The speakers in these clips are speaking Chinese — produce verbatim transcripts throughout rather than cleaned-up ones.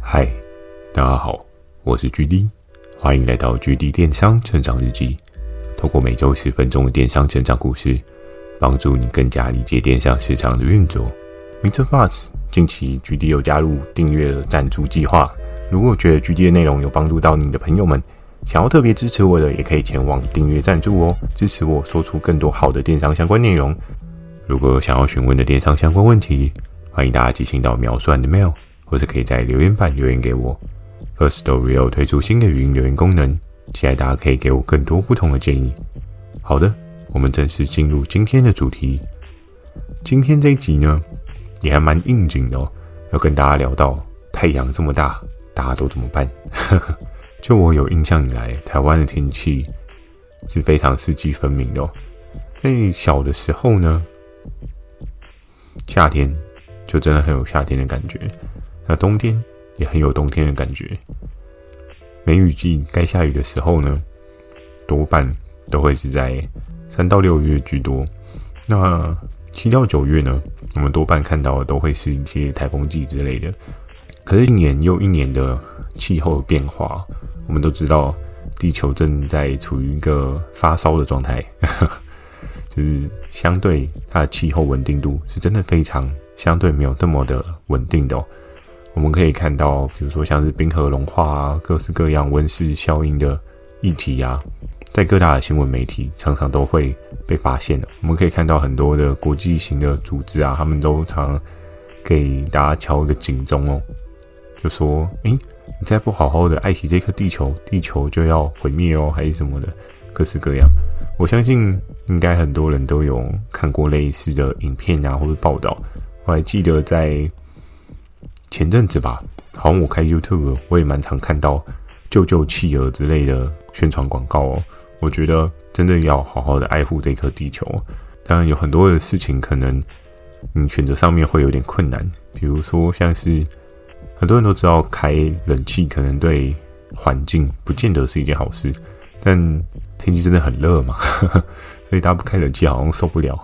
嗨，大家好，我是 G D， 欢迎来到 G D 电商成长日记。透过每周十分钟的电商成长故事，帮助你更加理解电商市场的运作。mister Buzz 近期 G D 有加入订阅的赞助计划，如果觉得 G D 的内容有帮助到你的朋友们，想要特别支持我的，也可以前往订阅赞助哦，支持我说出更多好的电商相关内容。如果有想要询问的电商相关问题，欢迎大家寄信到描述栏的 mail， 或者可以在留言板留言给我。Firstory 有推出新的语音留言功能，期待大家可以给我更多不同的建议。好的，我们正式进入今天的主题。今天这一集呢，也还蛮应景的哦，要跟大家聊到太阳这么大，大家都怎么办？就我有印象以来，台湾的天气是非常四季分明的哦。在小的时候呢，夏天就真的很有夏天的感觉，那冬天也很有冬天的感觉。梅雨季该下雨的时候呢，多半都会是在三到六月居多。那七到九月呢，我们多半看到的都会是一些台风季之类的。可是一年又一年的气候的变化，我们都知道地球正在处于一个发烧的状态，就是相对它的气候稳定度是真的非常相对没有那么的稳定的哦。我们可以看到，比如说像是冰河融化啊，各式各样温室效应的议题啊，在各大的新闻媒体常常都会被发现的。我们可以看到很多的国际型的组织啊，他们都常给大家敲一个警钟哦，就说，诶，你再不好好的爱惜这颗地球，地球就要毁灭哦，还是什么的，各式各样。我相信应该很多人都有看过类似的影片啊，或者报道。我还记得在前阵子吧，好像我开 YouTube， 我也蛮常看到救救企鹅之类的宣传广告哦。我觉得真的要好好的爱护这颗地球。当然有很多的事情可能你选择上面会有点困难，比如说像是很多人都知道开冷气可能对环境不见得是一件好事，但天气真的很热嘛，所以大家不开冷气好像受不了。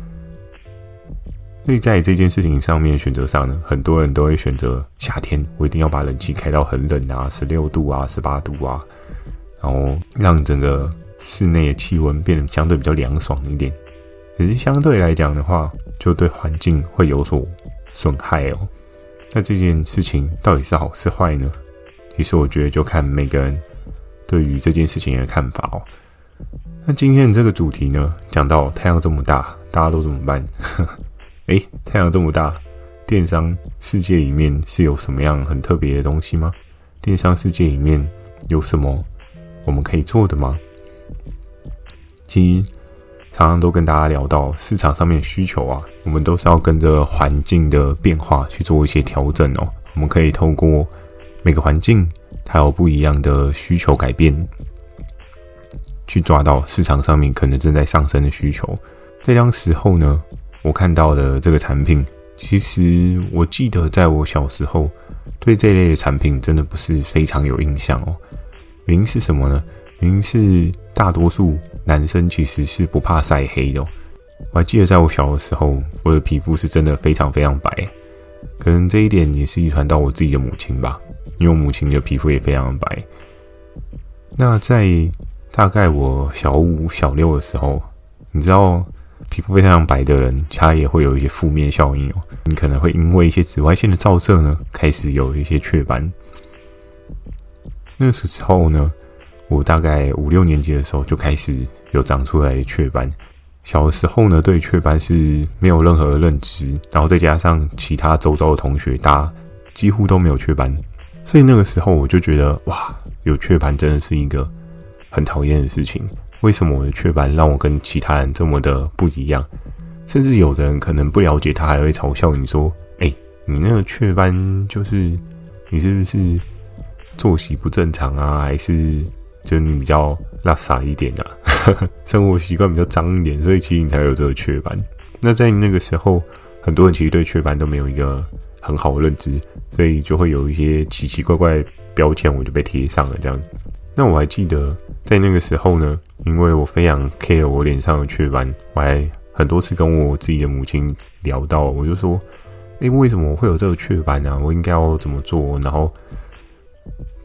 所以在这件事情上面选择上呢，很多人都会选择夏天我一定要把冷气开到很冷啊，十六度啊，十八度啊，然后让整个室内的气温变得相对比较凉爽一点。可是相对来讲的话，就对环境会有所损害哦。那这件事情到底是好是坏呢？其实我觉得就看每个人对于这件事情的看法哦。那今天的这个主题呢，讲到太阳这么大，大家都怎么办？诶，太阳这么大，电商世界里面是有什么样很特别的东西吗？电商世界里面有什么我们可以做的吗？其实常常都跟大家聊到市场上面的需求啊，我们都是要跟着环境的变化去做一些调整哦。我们可以透过每个环境它有不一样的需求改变，去抓到市场上面可能正在上升的需求。在当时候呢，我看到的这个产品，其实我记得在我小时候对这类的产品真的不是非常有印象哦。原因是什么呢？原因是大多数男生其实是不怕晒黑的哦。我还记得在我小的时候，我的皮肤是真的非常非常白，可能这一点也是遗传到我自己的母亲吧，因为我母亲的皮肤也非常白。那在大概我小五小六的时候，你知道皮肤非常白的人，他也会有一些负面效应哦。你可能会因为一些紫外线的照射呢，开始有一些雀斑。那时候呢，我大概五六年级的时候就开始有长出来的雀斑。小的时候呢，对雀斑是没有任何的认知，然后再加上其他周遭的同学，大家几乎都没有雀斑，所以那个时候我就觉得，哇，有雀斑真的是一个很讨厌的事情。为什么我的雀斑让我跟其他人这么的不一样？甚至有的人可能不了解他，还会嘲笑你说：“哎、欸，你那个雀斑就是你是不是作息不正常啊？还是就是你比较垃圾一点啊？生活习惯比较脏一点，所以其实你才有这个雀斑。”那在那个时候，很多人其实对雀斑都没有一个很好的认知，所以就会有一些奇奇怪怪的标签，我就被贴上了这样。那我还记得在那个时候呢，因为我非常 care 我脸上的雀斑，我还很多次跟我自己的母亲聊到，我就说，诶，为什么我会有这个雀斑啊？我应该要怎么做？然后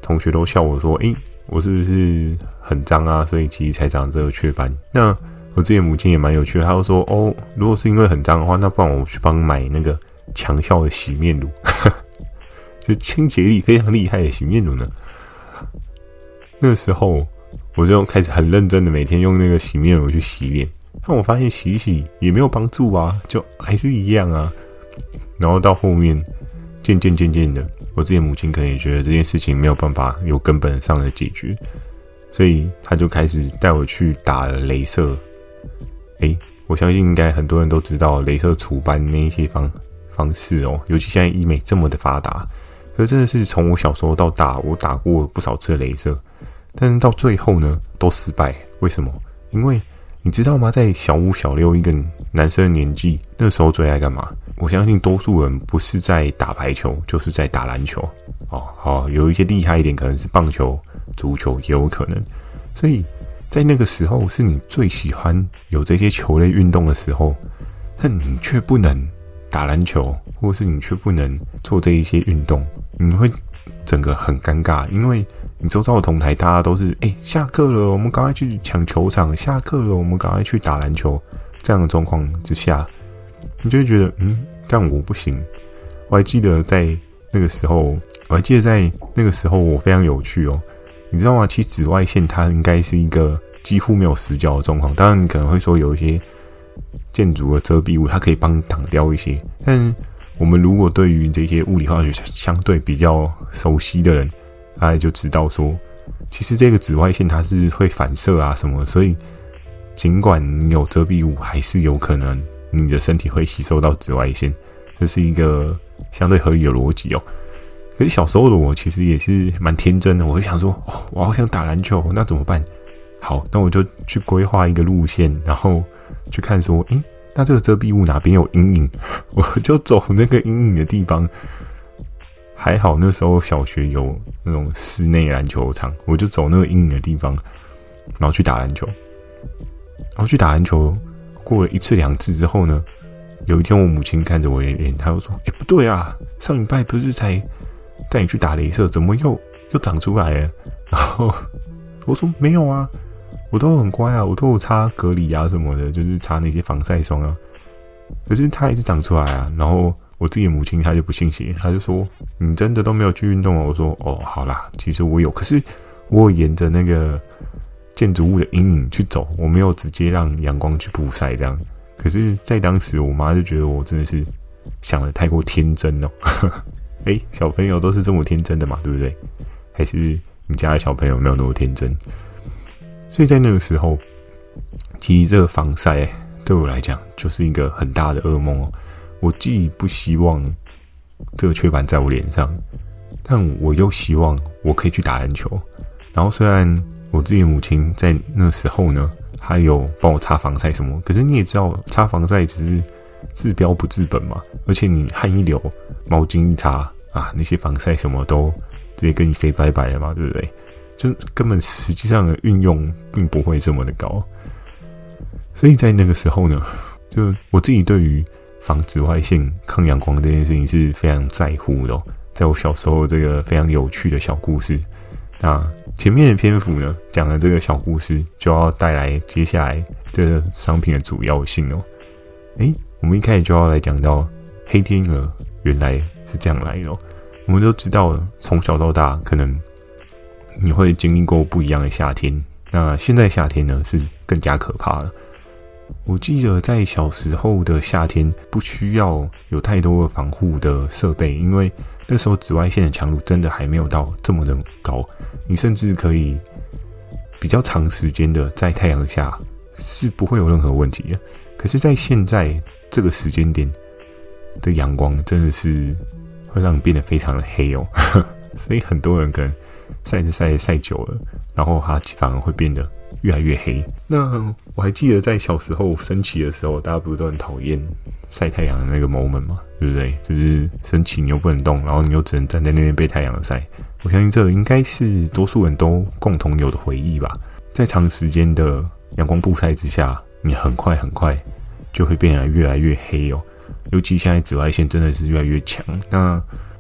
同学都笑我说，诶，我是不是很脏啊？所以其实才长这个雀斑。那我自己的母亲也蛮有趣的，她就说，哦，如果是因为很脏的话，那不然我去帮你买那个强效的洗面乳，就清洁力非常厉害的洗面乳呢。那个时候我就开始很认真的每天用那个洗面乳去洗脸，但我发现洗一洗也没有帮助啊，就还是一样啊。然后到后面渐渐渐渐的，我自己的母亲可能也觉得这件事情没有办法有根本上的解决，所以她就开始带我去打了雷射。诶，我相信应该很多人都知道雷射除斑那一些方方式哦，尤其现在医美这么的发达，可是真的是从我小时候到大，我打过不少次的雷射，但是到最后呢都失败。为什么？因为你知道吗，在小五小六一个男生的年纪，那时候最爱干嘛？我相信多数人不是在打排球就是在打篮球哦。好，有一些厉害一点可能是棒球、足球也有可能。所以在那个时候是你最喜欢有这些球类运动的时候，但你却不能打篮球，或是你却不能做这一些运动，你会整个很尴尬，因为你周遭的同台大家都是，欸，下课了，我们赶快去抢球场，下课了，我们赶快去打篮球，这样的状况之下，你就会觉得，嗯，但我不行。我还记得在那个时候，我还记得在那个时候我非常有趣哦，你知道吗？其实紫外线它应该是一个几乎没有死角的状况，当然你可能会说有一些建筑的遮蔽物，它可以帮你挡掉一些，但我们如果对于这些物理化学相对比较熟悉的人，大家就知道说，其实这个紫外线它是会反射啊什么，所以尽管你有遮蔽物，还是有可能你的身体会吸收到紫外线，这是一个相对合理的逻辑哦。可是小时候的我其实也是蛮天真的，我会想说，哦，我好想打篮球，那怎么办？好，那我就去规划一个路线，然后去看说，诶，那这个遮蔽物哪边有阴影，我就走那个阴影的地方。还好那时候小学有那种室内篮球场，我就走那个阴影的地方，然后去打篮球。然后去打篮球，过了一次两次之后呢，有一天我母亲看着我的脸，她就说：“哎，不对啊，上礼拜不是才带你去打雷射，怎么又又长出来了？”然后我说：“没有啊，我都很乖啊，我都有擦隔离啊什么的，就是擦那些防晒霜啊。可是它还是长出来啊。”然后我自己的母亲她就不信邪，她就说：“你真的都没有去运动哦？”我说：“哦，好啦，其实我有，可是我有沿着那个建筑物的阴影去走，我没有直接让阳光去曝晒这样。可是，在当时，我妈就觉得我真的是想得太过天真哦。哎，小朋友都是这么天真的嘛，对不对？还是你家的小朋友没有那么天真？所以在那个时候，其实这个防晒对我来讲就是一个很大的噩梦哦。我既不希望这个雀斑在我脸上，但我又希望我可以去打篮球。然后虽然我自己的母亲在那时候呢，她有帮我擦防晒什么，可是你也知道，擦防晒只是治标不治本嘛。而且你汗一流，毛巾一擦啊，那些防晒什么都直接跟你 say 拜拜了嘛，对不对？就根本实际上的运用并不会这么的高。所以在那个时候呢，就我自己对于防紫外线、抗阳光这件事情是非常在乎的哦。在我小时候这个非常有趣的小故事，那前面的篇幅呢，讲了这个小故事，就要带来接下来这个商品的主要性哦。诶，我们一开始就要来讲到黑天鹅原来是这样来的哦。我们都知道，从小到大，可能你会经历过不一样的夏天。那现在夏天呢，是更加可怕了。我记得在小时候的夏天，不需要有太多的防护的设备，因为那时候紫外线的强度真的还没有到这么的高，你甚至可以比较长时间的在太阳下是不会有任何问题的。可是在现在这个时间点的阳光真的是会让你变得非常的黑哦，所以很多人可能晒着晒着晒久了，然后它反而会变得越来越黑。那我还记得在小时候升旗的时候，大家不是都很讨厌晒太阳的那个 moment 嘛，对不对？就是升旗你又不能动，然后你又只能站在那边被太阳晒。我相信这应该是多数人都共同有的回忆吧。在长时间的阳光曝晒之下，你很快很快就会变得越来越黑哦。尤其现在紫外线真的是越来越强。那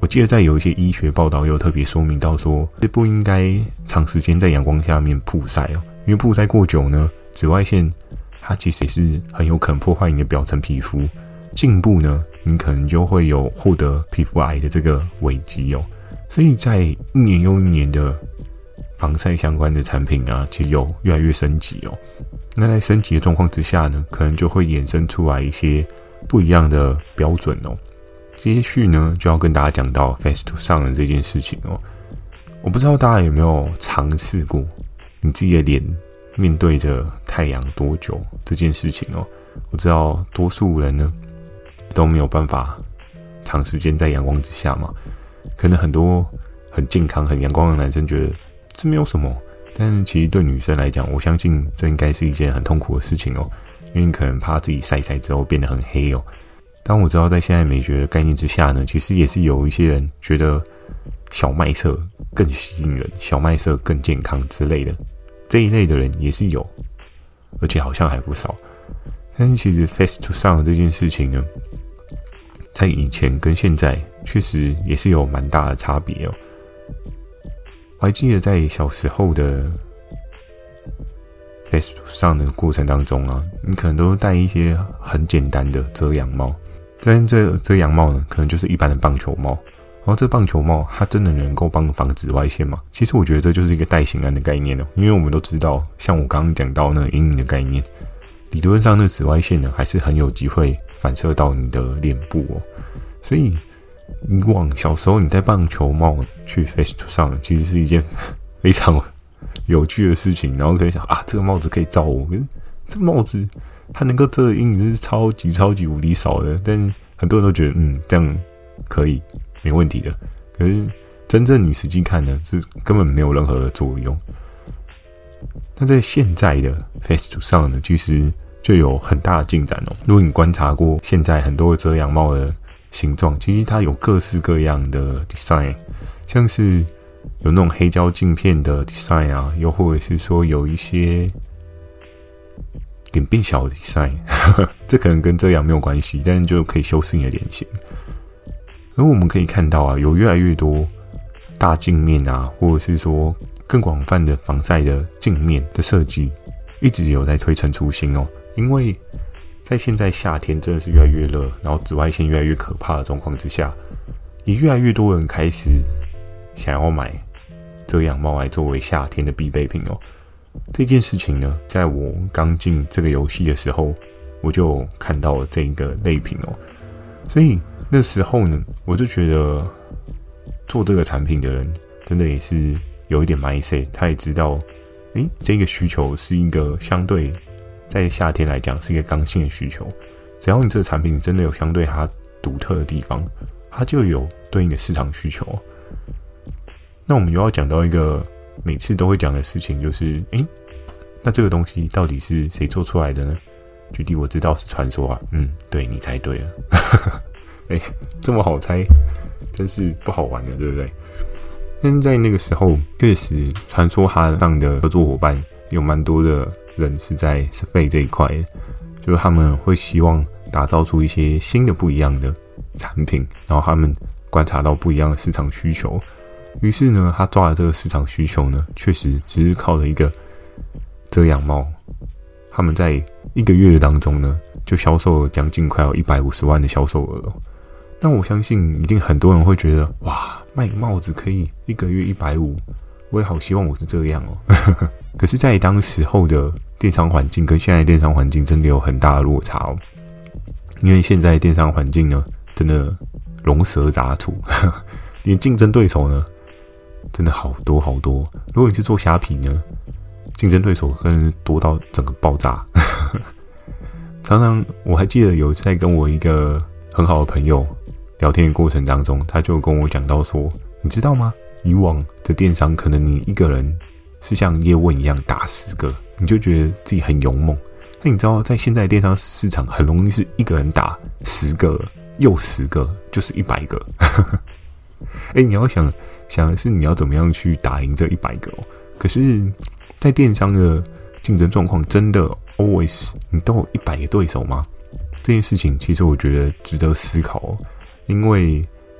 我记得在有一些医学报道有特别说明到说，不应该长时间在阳光下面曝晒哦，因为曝晒过久呢，紫外线它其实也是很有可能破坏你的表层皮肤，进一步呢，你可能就会有获得皮肤癌的这个危机哦。所以在一年又一年的防晒相关的产品啊，其实有越来越升级哦。那在升级的状况之下呢，可能就会衍生出来一些不一样的标准哦。接续呢，就要跟大家讲到 Face to Sun 的这件事情哦。我不知道大家有没有尝试过，你自己的脸面对着太阳多久这件事情哦。我知道多数人呢都没有办法长时间在阳光之下嘛，可能很多很健康、很阳光的男生觉得这没有什么，但是其实对女生来讲，我相信这应该是一件很痛苦的事情哦，因为你可能怕自己晒晒之后变得很黑哦。当我知道在现在美学的概念之下呢，其实也是有一些人觉得小麦色更吸引人，小麦色更健康之类的，这一类的人也是有，而且好像还不少。但是其实 Face to Sun 这件事情呢，在以前跟现在确实也是有蛮大的差别哦。我还记得在小时候的 Face to Sun 的过程当中啊，你可能都戴一些很简单的遮阳帽，但这遮阳帽呢，可能就是一般的棒球帽。然后这棒球帽它真的能够帮防紫外线吗？其实我觉得这就是一个带形安的概念哦，因为我们都知道，像我刚刚讲到那个阴影的概念，理论上那紫外线呢还是很有机会反射到你的脸部哦。所以以往小时候你戴棒球帽去 Face to Sun 其实是一件非常有趣的事情，然后可以想啊，这个帽子可以罩我，可是这个帽子它能够遮的阴影是超级超级无敌少的，但是很多人都觉得嗯这样可以没问题的，可是真正你实际看呢，是根本没有任何的作用。那在现在的 Face to Sun 呢，其实就有很大的进展哦。如果你观察过现在很多遮阳帽的形状，其实它有各式各样的 design， 像是有那种黑胶镜片的 design 啊，又或者是说有一些脸变小的 design， 这可能跟遮阳没有关系，但是就可以修饰你的脸型。而我们可以看到啊，有越来越多大镜面啊，或者是说更广泛的防晒的镜面的设计，一直有在推陈出新哦。因为在现在夏天真的是越来越热，然后紫外线越来越可怕的状况之下，也越来越多人开始想要买遮阳帽来作为夏天的必备品哦。这件事情呢，在我刚进这个游戏的时候，我就看到了这个类品哦。所以那时候呢，我就觉得做这个产品的人真的也是有一点 mindset， 他也知道，诶，这个需求是一个相对在夏天来讲是一个刚性的需求。只要你这个产品真的有相对它独特的地方，它就有对应的市场需求。那我们又要讲到一个每次都会讲的事情，就是诶，那这个东西到底是谁做出来的呢？举例我知道是传说啊，嗯，对，你猜对了。哎、欸，这么好猜，真是不好玩的，对不对？但是在那个时候，确实传说它上的合作伙伴有蛮多的人是在 survey 这一块的，就是他们会希望打造出一些新的不一样的产品，然后他们观察到不一样的市场需求，于是呢，他抓了这个市场需求呢，确实只是靠了一个遮阳帽，他们在一个月当中呢，就销售了将近快要一百五十万的销售额哦。那我相信一定很多人会觉得，哇，卖个帽子可以一个月一百五，我也好希望我是这样哦。可是，在当时候的电商环境跟现在的电商环境真的有很大的落差哦。因为现在的电商环境呢，真的龙蛇杂处，连竞争对手呢，真的好多好多。如果你是做虾皮呢，竞争对手可能多到整个爆炸。常常我还记得有一次在跟我一个很好的朋友聊天的过程当中，他就跟我讲到说，你知道吗？以往的电商可能你一个人是像叶问一样打十个，你就觉得自己很勇猛。那你知道在现在的电商市场很容易是一个人打十个又十个，就是一百个。哎、欸，你要想想的是你要怎么样去打赢这一百个哦。可是，在电商的竞争状况，真的 always 你都有一百个对手吗？这件事情其实我觉得值得思考哦。因为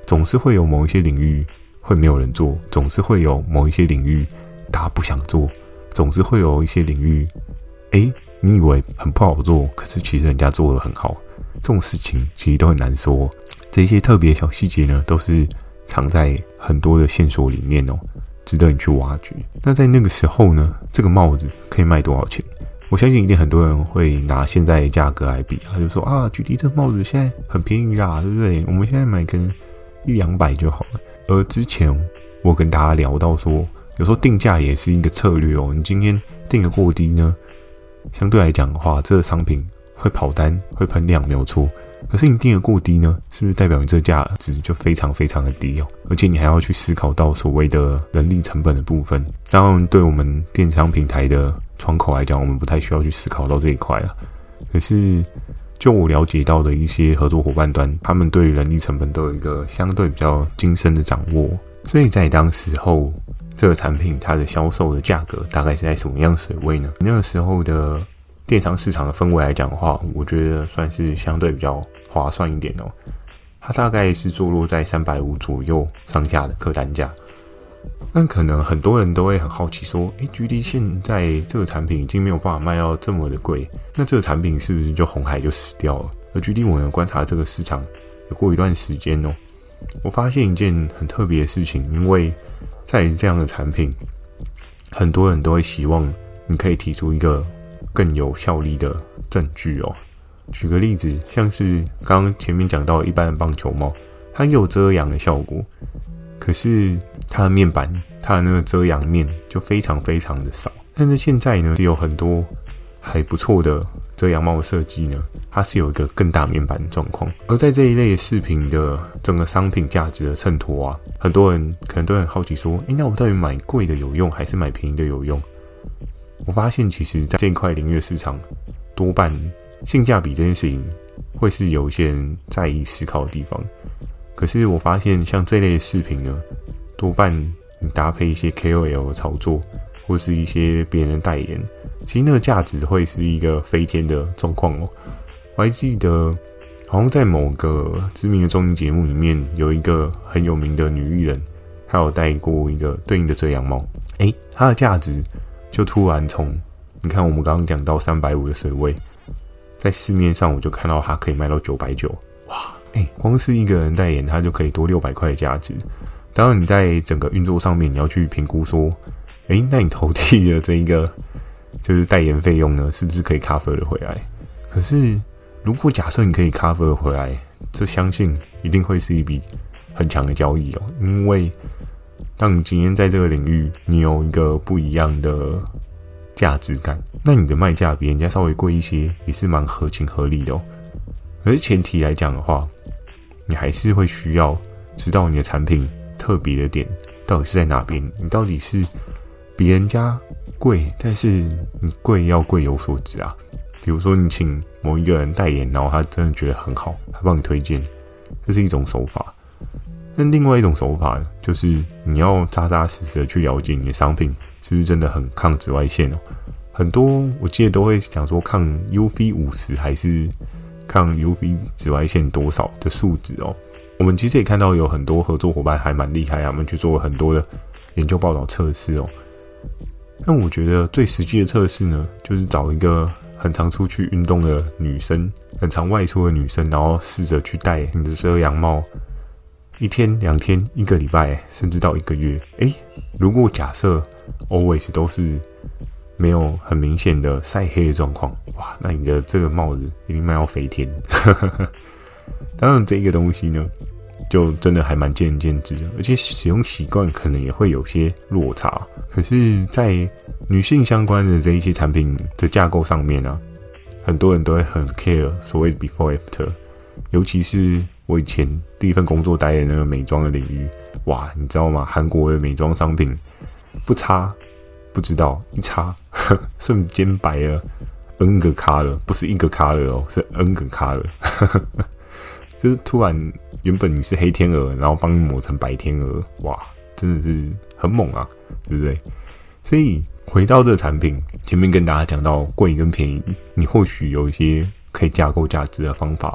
总是会有某一些领域会没有人做，总是会有某一些领域大家不想做，总是会有一些领域，诶，你以为很不好做，可是其实人家做得很好。这种事情其实都很难说，这些特别小细节呢，都是藏在很多的线索里面哦，值得你去挖掘。那在那个时候呢，这个帽子可以卖多少钱？我相信一定很多人会拿现在的价格来比，他就说啊，举例这个帽子现在很便宜啦，对不对？我们现在买可能一两百就好了。而之前我跟大家聊到说，有时候定价也是一个策略哦。你今天定的过低呢，相对来讲的话，这个商品会跑单会喷量没有错，可是你定的过低呢，是不是代表你这个价值就非常非常的低哦？而且你还要去思考到所谓的人力成本的部分。当然对我们电商平台的窗口来讲，我们不太需要去思考到这一块了。可是就我了解到的一些合作伙伴端，他们对于人力成本都有一个相对比较精深的掌握，所以在当时候这个产品它的销售的价格大概是在什么样水位呢？那个时候的电商市场的氛围来讲的话，我觉得算是相对比较划算一点哦。它大概是坐落在三百五十左右上下的客单价。那可能很多人都会很好奇说，诶 G D 现在这个产品已经没有办法卖到这么的贵，那这个产品是不是就红海就死掉了？而 G D 我呢观察这个市场有过一段时间哦，我发现一件很特别的事情，因为在这样的产品，很多人都会希望你可以提出一个更有效力的证据哦。举个例子，像是刚刚前面讲到的一般的棒球帽，它也有遮阳的效果，可是它的面板，它的那个遮阳面就非常非常的少。但是现在呢，是有很多还不错的遮阳帽的设计呢，它是有一个更大面板的状况。而在这一类饰品的整个商品价值的衬托啊，很多人可能都很好奇说，诶，那我到底买贵的有用还是买便宜的有用？我发现其实在这一块领域市场，多半性价比这件事情会是有一些人在意思考的地方。可是我发现像这类的饰品呢，多半你搭配一些 K O L 的操作，或是一些别人的代言，其实那个价值会是一个飞天的状况哦。我还记得好像在某个知名的综艺节目里面，有一个很有名的女艺人，她有戴过一个对应的遮阳帽，诶，她的价值就突然从你看我们刚刚讲到三百五的水位，在市面上我就看到它可以卖到九百九，哇！欸，光是一个人代言，它就可以多六百块的价值。当然，你在整个运作上面，你要去评估说，欸，那你投递的这一个就是代言费用呢，是不是可以 cover 的回来？可是，如果假设你可以 cover 回来，这相信一定会是一笔很强的交易哦。因为当你今天在这个领域，你有一个不一样的价值感，那你的卖价比人家稍微贵一些，也是蛮合情合理的哦。而前提来讲的话，你还是会需要知道你的产品特别的点到底是在哪边。你到底是比人家贵，但是你贵要贵有所值啊。比如说你请某一个人代言，然后他真的觉得很好，他帮你推荐，这是一种手法。但另外一种手法呢，就是你要扎扎实实的去了解你的商品是不是真的很抗紫外线哦。很多我记得都会讲说抗 U V 五十还是抗 U V 紫外线多少的数值哦。我们其实也看到有很多合作伙伴还蛮厉害，他们去做了很多的研究报道测试哦。但我觉得最实际的测试呢，就是找一个很常出去运动的女生，很常外出的女生，然后试着去戴你的遮阳帽，一天、两天、一个礼拜，甚至到一个月。诶，如果假设 always 都是没有很明显的晒黑的状况，哇，那你的这个帽子一定卖到飞天。当然，这个东西呢，就真的还蛮见仁见智的，而且使用习惯可能也会有些落差。可是，在女性相关的这一些产品的架构上面啊，很多人都会很 care 所谓的 before after， 尤其是我以前第一份工作待的那个美妆的领域，哇，你知道吗？韩国的美妆商品不擦不知道，一擦瞬间白了 N 个卡了，不是一个卡了哦，是 N 个卡了。就是突然原本你是黑天鹅，然后帮你抹成白天鹅，哇，真的是很猛啊，对不对？所以回到这个产品，前面跟大家讲到贵跟便宜，你或许有一些可以架构价值的方法哦。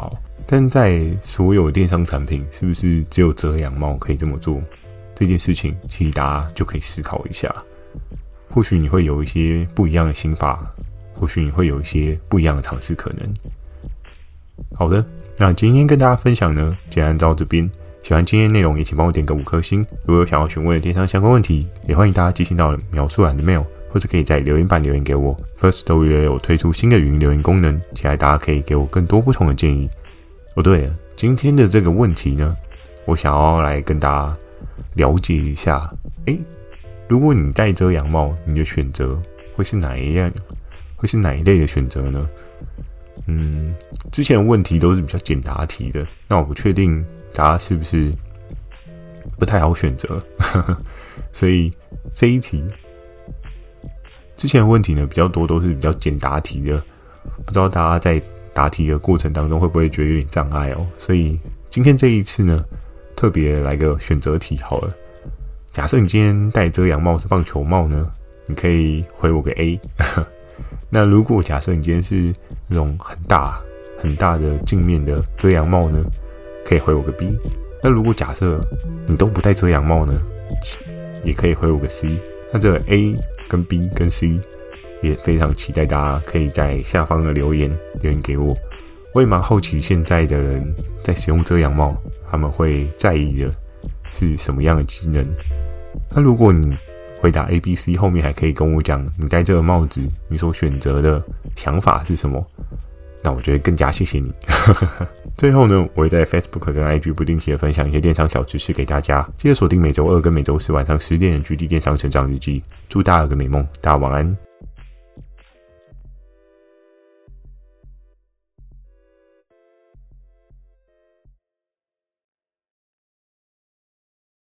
但在所有电商产品，是不是只有遮阳帽可以这么做？这件事情，其实大家就可以思考一下。或许你会有一些不一样的心法，或许你会有一些不一样的尝试可能。好的，那今天跟大家分享呢，简单到这边。喜欢今天内容也请帮我点个五颗星。如果有想要询问的电商相关问题，也欢迎大家寄信到描述栏的 mail， 或者可以在留言板留言给我。Firstory 也有推出新的语音留言功能，期待大家可以给我更多不同的建议。哦，对了，今天的这个问题呢，我想要来跟大家了解一下。诶，如果你戴遮阳帽，你的选择会是哪一样？会是哪一类的选择呢？嗯，之前的问题都是比较简答题的，那我不确定大家是不是不太好选择，所以这一题之前的问题呢比较多都是比较简答题的，不知道大家在答题的过程当中会不会觉得有点障碍哦？所以今天这一次呢，特别来个选择题好了。假设你今天戴遮阳帽是棒球帽呢，你可以回我个 A。那如果假设你今天是那种很大很大的镜面的遮阳帽呢，可以回我个 B。那如果假设你都不戴遮阳帽呢，也可以回我个 C。那这个 A 跟 B 跟 C 也非常期待大家可以在下方的留言留言给我。我也蛮好奇现在的人在使用遮阳帽，他们会在意的是什么样的机能。那如果你回答 A、B、C 后面还可以跟我讲你戴这个帽子你所选择的想法是什么，那我觉得更加谢谢你。最后呢，我会在 Facebook 跟 I G 不定期的分享一些电商小知识给大家，记得锁定每周二跟每周四晚上十点的 G D 电商成长日记。祝大家有个美梦，大家晚安。